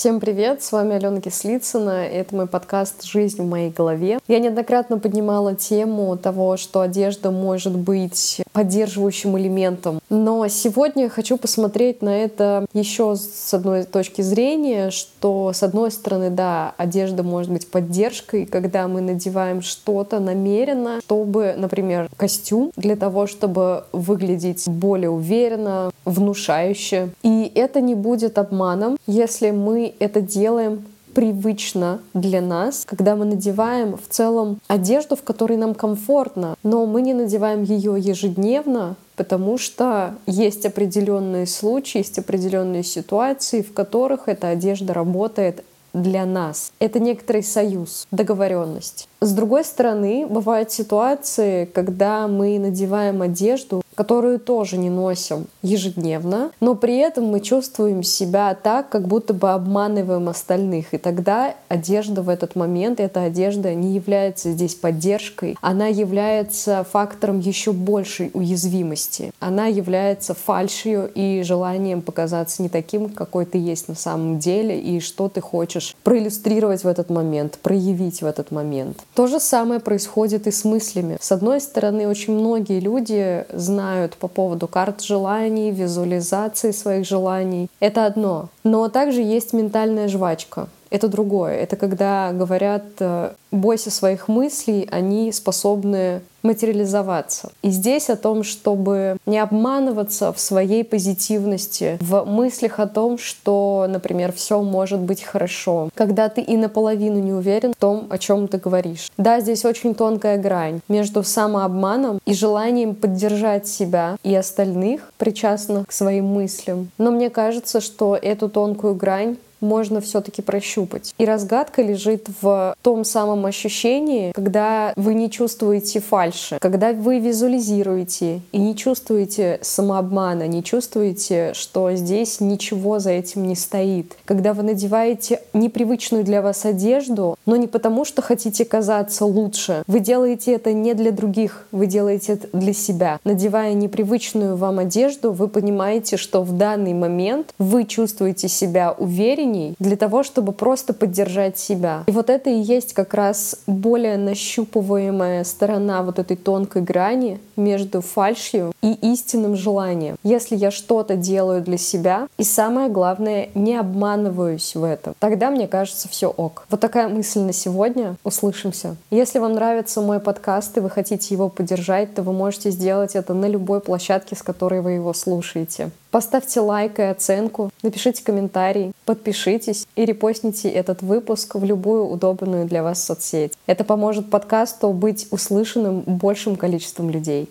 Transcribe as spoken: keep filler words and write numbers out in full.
Всем привет, с вами Алена Кислицына, и это мой подкаст «Жизнь в моей голове». Я неоднократно поднимала тему того, что одежда может быть поддерживающим элементом, но сегодня я хочу посмотреть на это еще с одной точки зрения, что с одной стороны, да, одежда может быть поддержкой, когда мы надеваем что-то намеренно, чтобы, например, костюм, для того, чтобы выглядеть более уверенно, внушающе. И это не будет обманом, если мы это делаем привычно для нас, когда мы надеваем в целом одежду, в которой нам комфортно, но мы не надеваем ее ежедневно, потому что есть определенные случаи, есть определенные ситуации, в которых эта одежда работает для нас. Это некоторый союз, договоренность. С другой стороны, бывают ситуации, когда мы надеваем одежду, которую тоже не носим ежедневно, но при этом мы чувствуем себя так, как будто бы обманываем остальных. И тогда одежда в этот момент, эта одежда не является здесь поддержкой, она является фактором еще большей уязвимости. Она является фальшью и желанием показаться не таким, какой ты есть на самом деле, и что ты хочешь проиллюстрировать в этот момент, проявить в этот момент. То же самое происходит и с мыслями. С одной стороны, очень многие люди знают по поводу карт желаний, визуализации своих желаний. Это одно. Но также есть ментальная жвачка. Это другое. Это когда говорят «бойся своих мыслей», они способны материализоваться. И здесь о том, чтобы не обманываться в своей позитивности, в мыслях о том, что, например, все может быть хорошо, когда ты и наполовину не уверен в том, о чем ты говоришь. Да, здесь очень тонкая грань между самообманом и желанием поддержать себя и остальных, причастных к своим мыслям. Но мне кажется, что эту тонкую грань можно все-таки прощупать. И разгадка лежит в том самом ощущении, когда вы не чувствуете фальши, когда вы визуализируете и не чувствуете самообмана, не чувствуете, что здесь ничего за этим не стоит. Когда вы надеваете непривычную для вас одежду, но не потому, что хотите казаться лучше. Вы делаете это не для других, вы делаете это для себя. Надевая непривычную вам одежду, вы понимаете, что в данный момент вы чувствуете себя увереннее, для того, чтобы просто поддержать себя. И вот это и есть как раз более нащупываемая сторона вот этой тонкой грани между фальшью и истинным желанием. Если я что-то делаю для себя, и самое главное, не обманываюсь в этом, тогда, мне кажется, все ок. Вот такая мысль на сегодня. Услышимся. Если вам нравится мой подкаст, и вы хотите его поддержать, то вы можете сделать это на любой площадке, с которой вы его слушаете. Поставьте лайк и оценку, напишите комментарий, подпишитесь и репостните этот выпуск в любую удобную для вас соцсеть. Это поможет подкасту быть услышанным большим количеством людей.